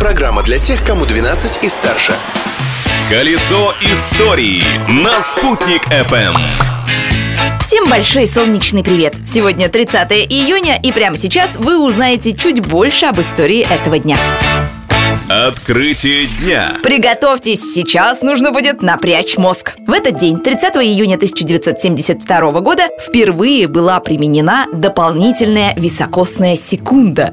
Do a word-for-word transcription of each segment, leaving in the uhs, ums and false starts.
Программа для тех, кому двенадцать и старше. Колесо истории на Спутник эф эм. Всем большой солнечный привет! Сегодня тридцатое июня, и прямо сейчас вы узнаете чуть больше об истории этого дня. Открытие дня. Приготовьтесь, сейчас нужно будет напрячь мозг. В этот день, тридцатого июня тысяча девятьсот семьдесят второго года, впервые была применена дополнительная високосная секунда.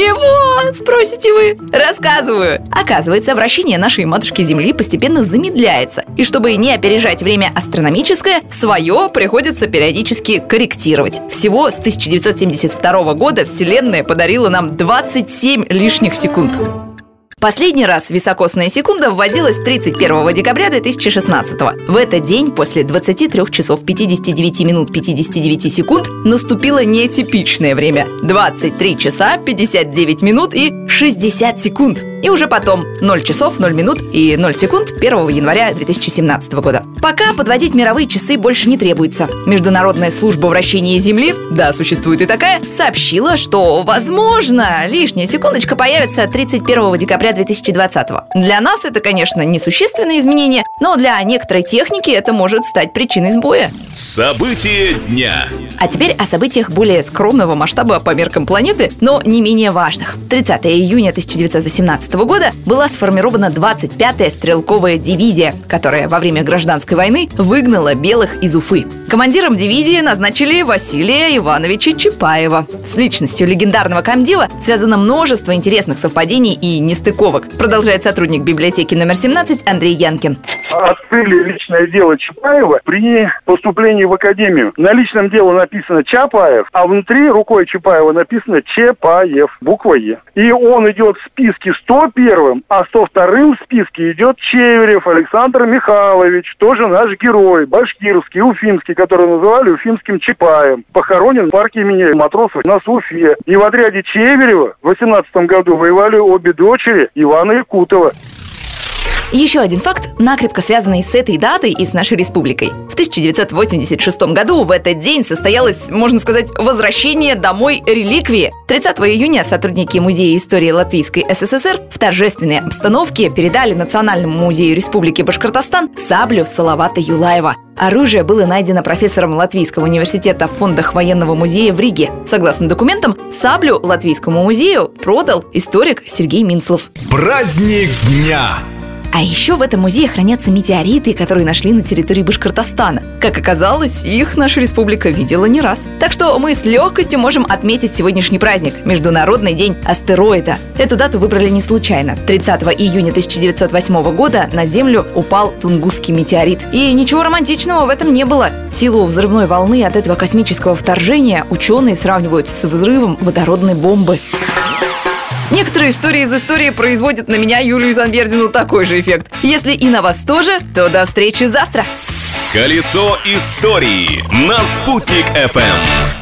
Чего? Спросите вы? Рассказываю. Оказывается, вращение нашей матушки Земли постепенно замедляется. И чтобы не опережать время астрономическое, свое приходится периодически корректировать. Всего с тысяча девятьсот семьдесят второго года Вселенная подарила нам двадцать семь лишних секунд. Последний раз високосная секунда вводилась тридцать первого декабря две тысячи шестнадцатого. В этот день, после двадцати трёх часов пятидесяти девяти минут пятидесяти девяти секунд, наступило нетипичное время – двадцать три часа пятьдесят девять минут и шестьдесят секунд. И уже потом ноль часов ноль минут и ноль секунд первого января две тысячи семнадцатого года. Пока подводить мировые часы больше не требуется. Международная служба вращения Земли, да, существует и такая, сообщила, что, возможно, лишняя секундочка появится тридцать первого декабря две тысячи двадцатого. Для нас это, конечно, несущественные изменения, но для некоторой техники это может стать причиной сбоя. События дня. А теперь о событиях более скромного масштаба по меркам планеты, но не менее важных. тридцатого июня тысяча девятьсот восемнадцатого года была сформирована двадцать пятая стрелковая дивизия, которая во время гражданской войны выгнала белых из Уфы. Командиром дивизии назначили Василия Ивановича Чапаева. С личностью легендарного комдива связано множество интересных совпадений и нестыковок, продолжает сотрудник библиотеки номер семнадцать Андрей Янкин. Открыли личное дело Чапаева при поступлении в академию. На личном деле написано Чапаев, а внутри рукой Чапаева написано Чапаев, буква Е. И он идет в списке сто первым, а сто вторым в списке идет Чеверев Александр Михайлович, тоже наш герой, башкирский, уфимский, который называли уфимским Чапаем. Похоронен в парке имени матросов на Уфе. И в отряде Чеверева в восемнадцатом году воевали обе дочери Ивана Якутова. Еще один факт, накрепко связанный с этой датой и с нашей республикой. В тысяча девятьсот восемьдесят шестом году в этот день состоялось, можно сказать, возвращение домой реликвии. тридцатого июня сотрудники Музея истории Латвийской ССР в торжественной обстановке передали Национальному музею Республики Башкортостан саблю Салавата Юлаева. Оружие было найдено профессором Латвийского университета в фондах военного музея в Риге. Согласно документам, саблю Латвийскому музею продал историк Сергей Минцлов. Праздник дня. А еще в этом музее хранятся метеориты, которые нашли на территории Башкортостана. Как оказалось, их наша республика видела не раз. Так что мы с легкостью можем отметить сегодняшний праздник – Международный день астероида. Эту дату выбрали не случайно. тридцатого июня тысяча девятьсот восьмого года на Землю упал Тунгусский метеорит. И ничего романтичного в этом не было. Силу взрывной волны от этого космического вторжения ученые сравнивают с взрывом водородной бомбы. Некоторые истории из истории производят на меня, Юлию Занбердину, такой же эффект. Если и на вас тоже, то до встречи завтра. Колесо истории на Спутник эф эм.